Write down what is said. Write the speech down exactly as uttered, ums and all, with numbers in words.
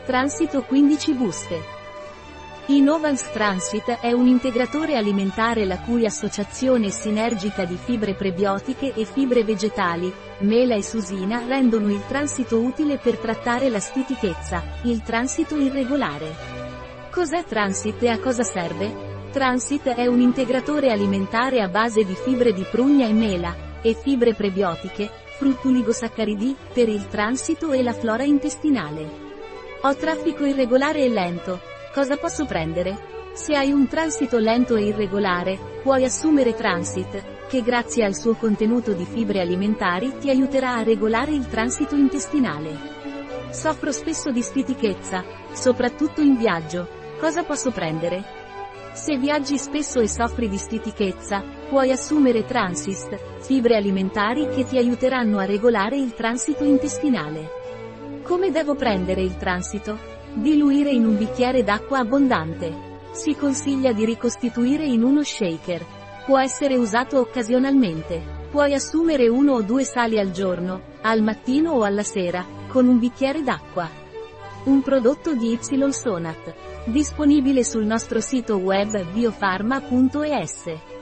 Transito quindici buste. Innovans Transit è un integratore alimentare la cui associazione sinergica di fibre prebiotiche e fibre vegetali, mela e susina rendono il transito utile per trattare la stitichezza, il transito irregolare. Cos'è Transit e a cosa serve? Transit è un integratore alimentare a base di fibre di prugna e mela, e fibre prebiotiche, fruttuligosaccaridi, per il transito e la flora intestinale. Ho traffico irregolare e lento. Cosa posso prendere? Se hai un transito lento e irregolare, puoi assumere Transit, che grazie al suo contenuto di fibre alimentari ti aiuterà a regolare il transito intestinale. Soffro spesso di stitichezza, soprattutto in viaggio. Cosa posso prendere? Se viaggi spesso e soffri di stitichezza, puoi assumere Transist, fibre alimentari che ti aiuteranno a regolare il transito intestinale. Come devo prendere il transito? Diluire in un bicchiere d'acqua abbondante. Si consiglia di ricostituire in uno shaker. Può essere usato occasionalmente. Puoi assumere uno o due sali al giorno, al mattino o alla sera, con un bicchiere d'acqua. Un prodotto di Y Sonat. Disponibile sul nostro sito web biofarma punto es.